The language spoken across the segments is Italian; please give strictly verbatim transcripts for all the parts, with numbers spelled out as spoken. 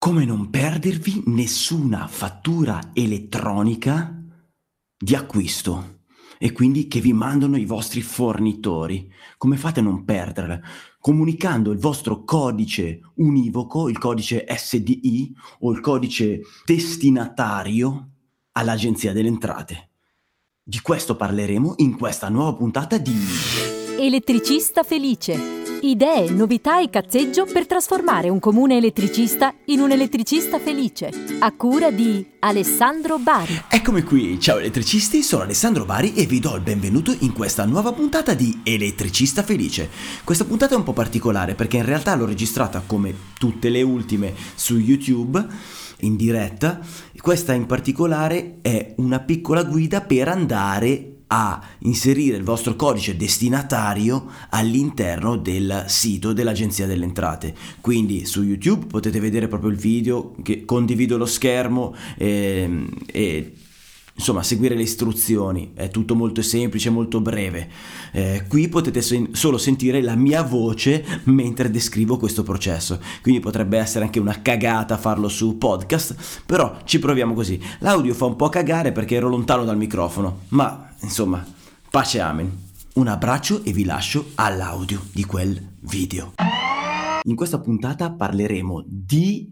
come non perdervi nessuna fattura elettronica di acquisto e quindi che vi mandano i vostri fornitori. Come fate a non perderla? Comunicando il vostro codice univoco, il codice S D I o il codice destinatario all'Agenzia delle Entrate. Di questo parleremo in questa nuova puntata di Elettricista felice. Idee, novità e cazzeggio per trasformare un comune elettricista in un elettricista felice. A cura di Alessandro Bari. Eccomi qui, ciao elettricisti, sono Alessandro Bari e vi do il benvenuto in questa nuova puntata di Elettricista Felice. Questa puntata è un po' particolare perché in realtà l'ho registrata come tutte le ultime su YouTube in diretta. Questa in particolare è una piccola guida per andare a inserire il vostro codice destinatario all'interno del sito dell'Agenzia delle Entrate. Quindi su YouTube potete vedere proprio il video, che condivido lo schermo e, e insomma seguire le istruzioni. È tutto molto semplice, molto breve. Eh, qui potete sen- solo sentire la mia voce mentre descrivo questo processo, quindi potrebbe essere anche una cagata farlo su podcast, però ci proviamo così. L'audio fa un po' cagare perché ero lontano dal microfono, ma insomma, pace amen. Un abbraccio e vi lascio all'audio di quel video. In questa puntata parleremo di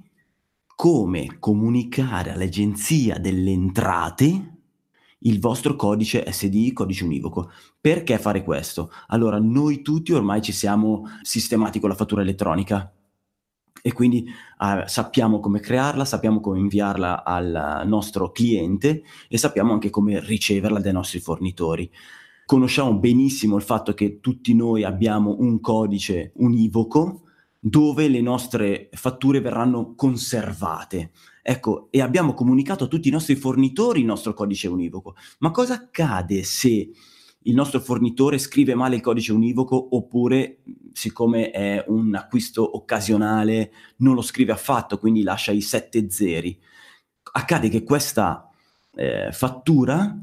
come comunicare all'Agenzia delle Entrate il vostro codice S D I, codice univoco. Perché fare questo? Allora, noi tutti ormai ci siamo sistemati con la fattura elettronica e quindi eh, sappiamo come crearla, sappiamo come inviarla al nostro cliente e sappiamo anche come riceverla dai nostri fornitori. Conosciamo benissimo il fatto che tutti noi abbiamo un codice univoco dove le nostre fatture verranno conservate. Ecco, e abbiamo comunicato a tutti i nostri fornitori il nostro codice univoco. Ma cosa accade se il nostro fornitore scrive male il codice univoco oppure, siccome è un acquisto occasionale, non lo scrive affatto, quindi lascia i sette zeri? Accade che questa eh, fattura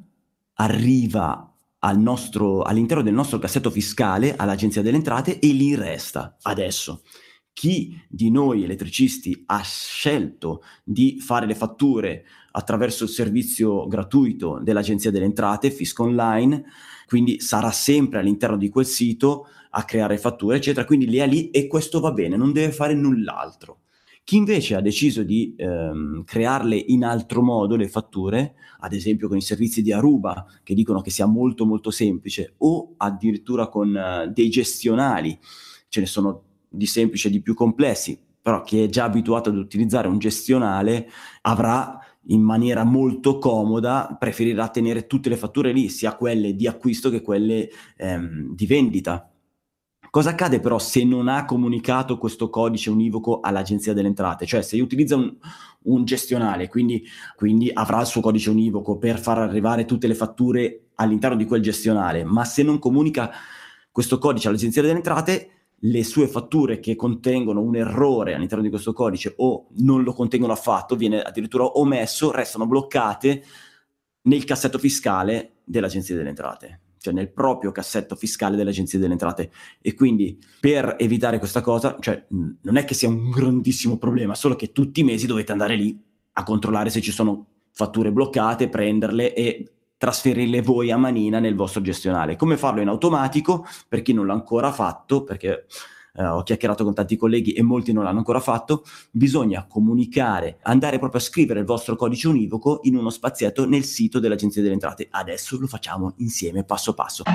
arriva al nostro, all'interno del nostro cassetto fiscale, all'Agenzia delle Entrate, e lì resta. Adesso, chi di noi elettricisti ha scelto di fare le fatture attraverso il servizio gratuito dell'Agenzia delle Entrate, Fisco Online, quindi sarà sempre all'interno di quel sito a creare fatture, eccetera, quindi lì è lì e questo va bene, non deve fare null'altro. Chi invece ha deciso di ehm, crearle in altro modo, le fatture, ad esempio con i servizi di Aruba, che dicono che sia molto molto semplice, o addirittura con uh, dei gestionali, ce ne sono di semplici e di più complessi, però chi è già abituato ad utilizzare un gestionale avrà in maniera molto comoda, preferirà tenere tutte le fatture lì, sia quelle di acquisto che quelle ehm, di vendita. Cosa accade però se non ha comunicato questo codice univoco all'Agenzia delle Entrate? Cioè se utilizza un, un gestionale, quindi, quindi avrà il suo codice univoco per far arrivare tutte le fatture all'interno di quel gestionale, ma se non comunica questo codice all'Agenzia delle Entrate, le sue fatture che contengono un errore all'interno di questo codice o non lo contengono affatto, viene addirittura omesso, restano bloccate nel cassetto fiscale dell'Agenzia delle Entrate, cioè nel proprio cassetto fiscale dell'Agenzia delle Entrate. E quindi per evitare questa cosa, cioè non è che sia un grandissimo problema, solo che tutti i mesi dovete andare lì a controllare se ci sono fatture bloccate, prenderle e trasferirle voi a manina nel vostro gestionale. Come farlo in automatico? Per chi non l'ha ancora fatto, perché eh, ho chiacchierato con tanti colleghi e molti non l'hanno ancora fatto, bisogna comunicare, andare proprio a scrivere il vostro codice univoco in uno spazietto nel sito dell'Agenzia delle Entrate. Adesso lo facciamo insieme, passo passo.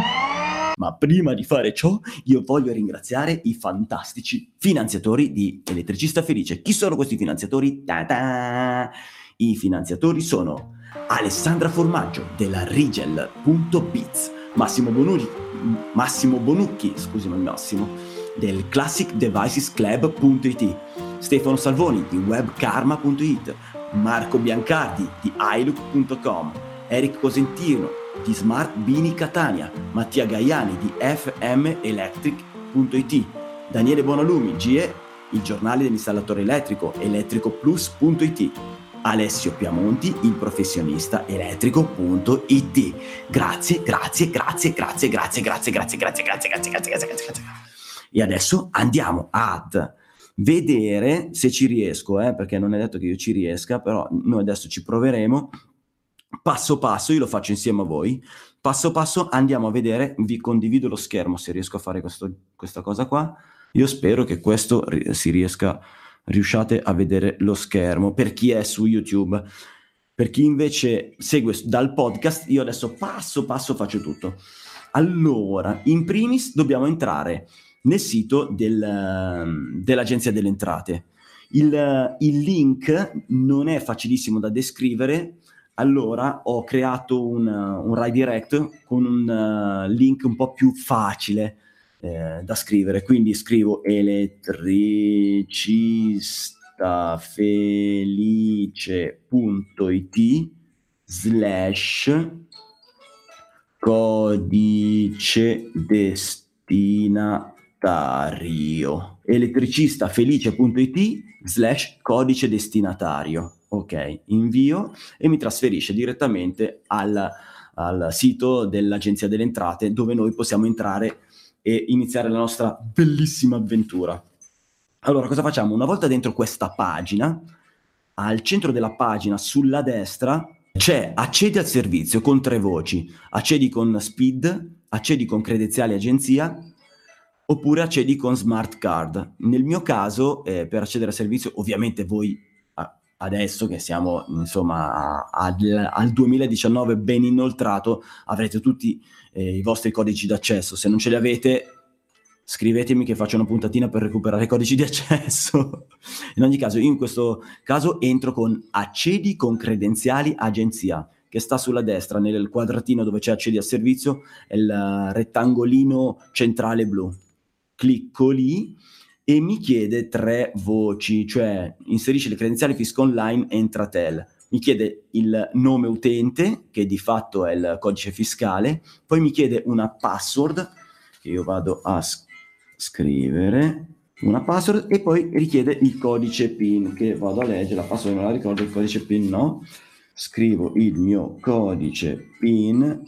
Ma prima di fare ciò, io voglio ringraziare i fantastici finanziatori di Elettricista Felice. Chi sono questi finanziatori? Ta-ta! I finanziatori sono Alessandra Formaggio della Rigel punto biz, Massimo Bonucchi, Massimo Bonucchi, scusami Massimo, del Classic Devices Club punto it, Stefano Salvoni di Webkarma punto it, Marco Biancardi di iLook punto com, Eric Cosentino di Smart Bini Catania, Mattia Gaiani di F M Electric punto it, Daniele Bonalumi, G E, il giornale dell'installatore elettrico, elettrico plus punto it, Alessio Piamonti, il professionista elettrico punto it. Grazie, grazie, grazie, grazie, grazie, grazie, grazie, grazie, grazie, grazie, grazie, grazie, grazie, grazie. E adesso andiamo ad vedere se ci riesco, eh, perché non è detto che io ci riesca, però noi adesso ci proveremo. Passo passo, io lo faccio insieme a voi, passo passo andiamo a vedere, vi condivido lo schermo se riesco a fare questo, questa cosa qua. Io spero che questo ri- si riesca, riusciate a vedere lo schermo per chi è su YouTube. Per chi invece segue dal podcast, io adesso passo passo faccio tutto. Allora, in primis dobbiamo entrare nel sito del, dell'Agenzia delle Entrate. Il, il link non è facilissimo da descrivere, allora ho creato un, un redirect con un uh, link un po' più facile eh, da scrivere, quindi scrivo elettricistafelice.it slash codice destinatario, elettricistafelice.it slash codice destinatario. Ok, invio e mi trasferisce direttamente al, al sito dell'Agenzia delle Entrate, dove noi possiamo entrare e iniziare la nostra bellissima avventura. Allora, cosa facciamo? Una volta dentro questa pagina, al centro della pagina, sulla destra, c'è accedi al servizio con tre voci: accedi con Speed, accedi con credenziali agenzia, oppure accedi con smart card. Nel mio caso, eh, per accedere al servizio, ovviamente voi a, adesso che siamo insomma a, a, al duemiladiciannove ben inoltrato, avrete tutti eh, i vostri codici d'accesso. Se non ce li avete, scrivetemi che faccio una puntatina per recuperare i codici di accesso. In ogni caso, io in questo caso entro con accedi con credenziali agenzia, che sta sulla destra nel quadratino dove c'è accedi al servizio, è il rettangolino centrale blu. Clicco lì e mi chiede tre voci, cioè inserisci le credenziali Fisco Online e Entratel. Mi chiede il nome utente, che di fatto è il codice fiscale, poi mi chiede una password, che io vado a scrivere scrivere una password, e poi richiede il codice PIN, che vado a leggere. La password non la ricordo, il codice PIN no. Scrivo il mio codice PIN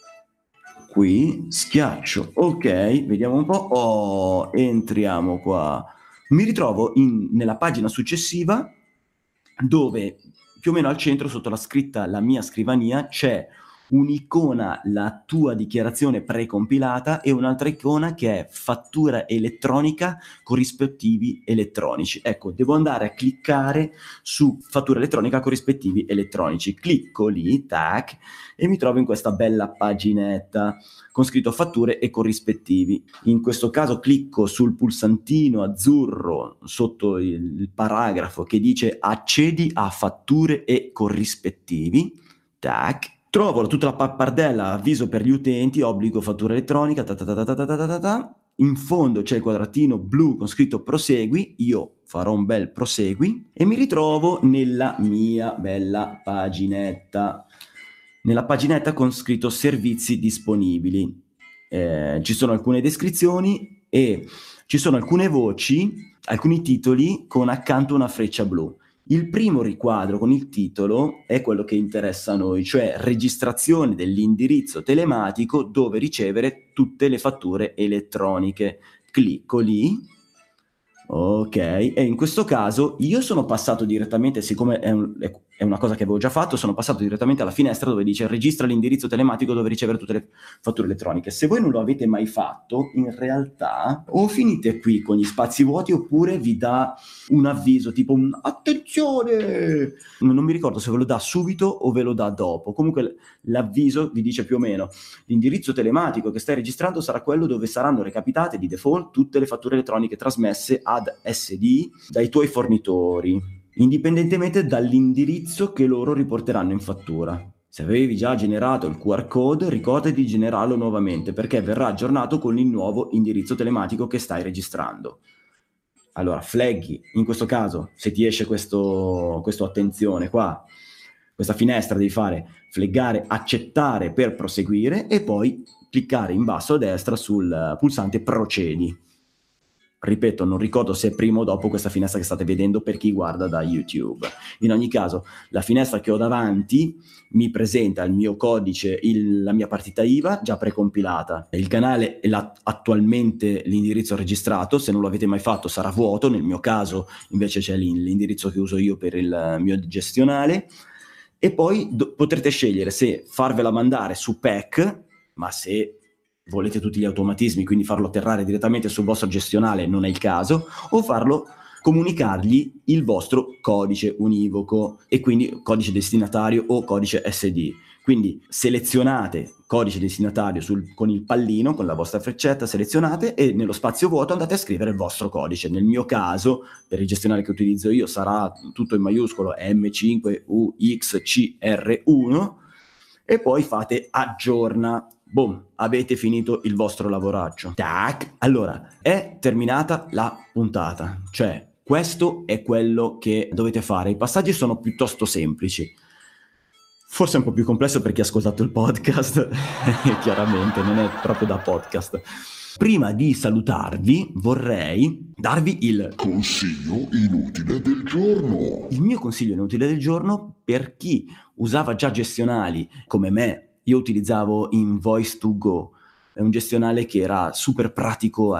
qui, schiaccio ok, vediamo un po'. Oh, entriamo qua, mi ritrovo in, nella pagina successiva, dove più o meno al centro, sotto la scritta la mia scrivania, c'è un'icona, la tua dichiarazione precompilata, e un'altra icona che è fattura elettronica corrispettivi elettronici. Ecco, devo andare a cliccare su fattura elettronica corrispettivi elettronici. Clicco lì, tac, e mi trovo in questa bella paginetta con scritto fatture e corrispettivi. In questo caso clicco sul pulsantino azzurro sotto il, il paragrafo che dice accedi a fatture e corrispettivi, tac. Trovo tutta la pappardella, avviso per gli utenti, obbligo fattura elettronica, ta ta ta ta ta ta ta ta. In fondo c'è il quadratino blu con scritto prosegui, io farò un bel prosegui e mi ritrovo nella mia bella paginetta. Nella paginetta con scritto servizi disponibili. Eh, ci sono alcune descrizioni e ci sono alcune voci, alcuni titoli con accanto una freccia blu. Il primo riquadro con il titolo è quello che interessa a noi, cioè registrazione dell'indirizzo telematico dove ricevere tutte le fatture elettroniche. Clicco lì, ok, e in questo caso io sono passato direttamente, siccome è, un, è una cosa che avevo già fatto, sono passato direttamente alla finestra dove dice registra l'indirizzo telematico dove ricevere tutte le fatture elettroniche. Se voi non lo avete mai fatto, in realtà o finite qui con gli spazi vuoti oppure vi dà un avviso tipo un attenzione, non mi ricordo se ve lo dà subito o ve lo dà dopo. Comunque l'avviso vi dice più o meno l'indirizzo telematico che stai registrando sarà quello dove saranno recapitate di default tutte le fatture elettroniche trasmesse ad S D dai tuoi fornitori, indipendentemente dall'indirizzo che loro riporteranno in fattura. Se avevi già generato il Q R code, ricorda di generarlo nuovamente perché verrà aggiornato con il nuovo indirizzo telematico che stai registrando. Allora, flaghi, in questo caso, se ti esce questo, questo attenzione qua, questa finestra, devi fare flaggare, accettare per proseguire e poi cliccare in basso a destra sul pulsante procedi. Ripeto, non ricordo se è prima o dopo questa finestra che state vedendo per chi guarda da YouTube. In ogni caso, la finestra che ho davanti mi presenta il mio codice, il, la mia partita I V A già precompilata. Il canale è la, attualmente l'indirizzo registrato, se non lo avete mai fatto sarà vuoto, nel mio caso invece c'è l'indirizzo che uso io per il mio gestionale, e poi do, potrete scegliere se farvela mandare su P E C, ma se volete tutti gli automatismi, quindi farlo atterrare direttamente sul vostro gestionale non è il caso, o farlo comunicargli il vostro codice univoco, e quindi codice destinatario o codice S D. Quindi selezionate codice destinatario sul, con il pallino, con la vostra freccetta, selezionate e nello spazio vuoto andate a scrivere il vostro codice. Nel mio caso, per il gestionale che utilizzo io, sarà tutto in maiuscolo M cinque U X C R uno, e poi fate aggiorna. Boom, avete finito il vostro lavoraggio. Tac. Allora, è terminata la puntata. Cioè, questo è quello che dovete fare. I passaggi sono piuttosto semplici. Forse è un po' più complesso per chi ha ascoltato il podcast. Chiaramente, non è proprio da podcast. Prima di salutarvi, vorrei darvi il consiglio inutile del giorno. Il mio consiglio inutile del giorno per chi usava già gestionali come me. Io utilizzavo Invoice to Go, è un gestionale che era super pratico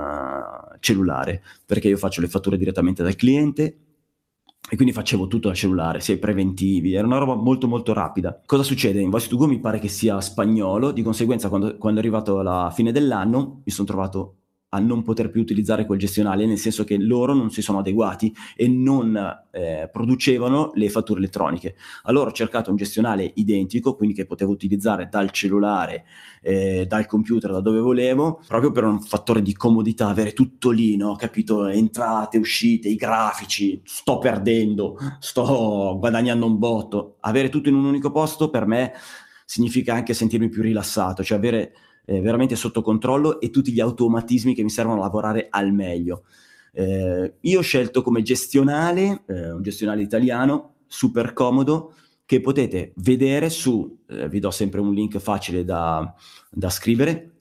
al cellulare, perché io faccio le fatture direttamente dal cliente e quindi facevo tutto dal cellulare, sia i preventivi, era una roba molto molto rapida. Cosa succede? Invoice to Go mi pare che sia spagnolo, di conseguenza quando, quando è arrivato alla fine dell'anno mi sono trovato a non poter più utilizzare quel gestionale, nel senso che loro non si sono adeguati e non eh, producevano le fatture elettroniche. Allora ho cercato un gestionale identico, quindi che potevo utilizzare dal cellulare, eh, dal computer, da dove volevo, proprio per un fattore di comodità, avere tutto lì, no? Capito? Entrate, uscite, i grafici, sto perdendo, sto guadagnando un botto. Avere tutto in un unico posto per me significa anche sentirmi più rilassato, cioè avere Eh, veramente sotto controllo e tutti gli automatismi che mi servono a lavorare al meglio. Eh, io ho scelto come gestionale, eh, un gestionale italiano, super comodo, che potete vedere su, eh, vi do sempre un link facile da, da scrivere,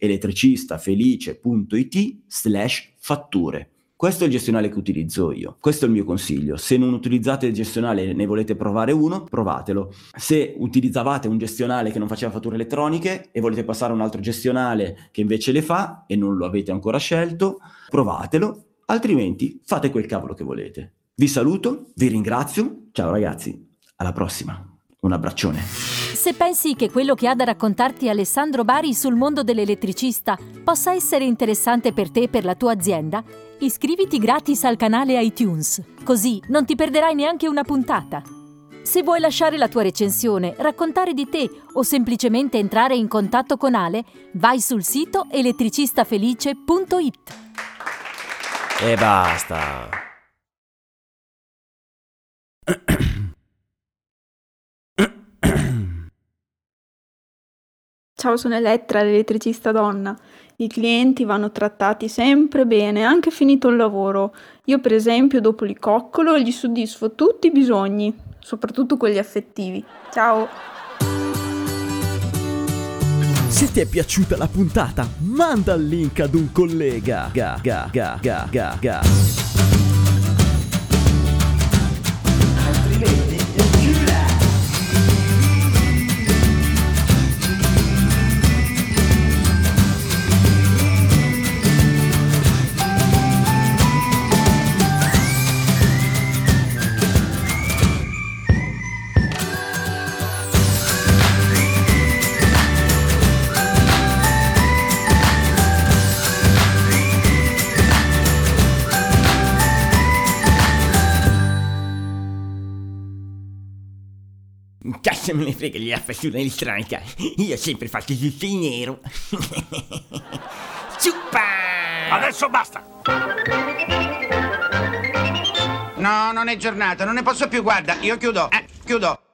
elettricistafelice.it slash fatture. Questo è il gestionale che utilizzo io, questo è il mio consiglio. Se non utilizzate il gestionale e ne volete provare uno, provatelo. Se utilizzavate un gestionale che non faceva fatture elettroniche e volete passare a un altro gestionale che invece le fa e non lo avete ancora scelto, provatelo, altrimenti fate quel cavolo che volete. Vi saluto, vi ringrazio, ciao ragazzi, alla prossima, un abbraccione. Se pensi che quello che ha da raccontarti Alessandro Bari sul mondo dell'elettricista possa essere interessante per te e per la tua azienda, iscriviti gratis al canale iTunes, così non ti perderai neanche una puntata. Se vuoi lasciare la tua recensione, raccontare di te o semplicemente entrare in contatto con Ale, vai sul sito elettricistafelice punto it. E basta. Ciao, sono Elettra, l'elettricista donna. I clienti vanno trattati sempre bene, anche finito il lavoro. Io per esempio dopo li coccolo e gli soddisfo tutti i bisogni, soprattutto quelli affettivi. Ciao! Se ti è piaciuta la puntata, manda il link ad un collega. Ga, ga, ga, ga, ga, ga. Cazzo me ne frega gli fattura elettronica, io ho sempre fatto tutto in nero. Ciuppa! Adesso basta! No, non è giornata, non ne posso più, guarda, io chiudo, eh, chiudo.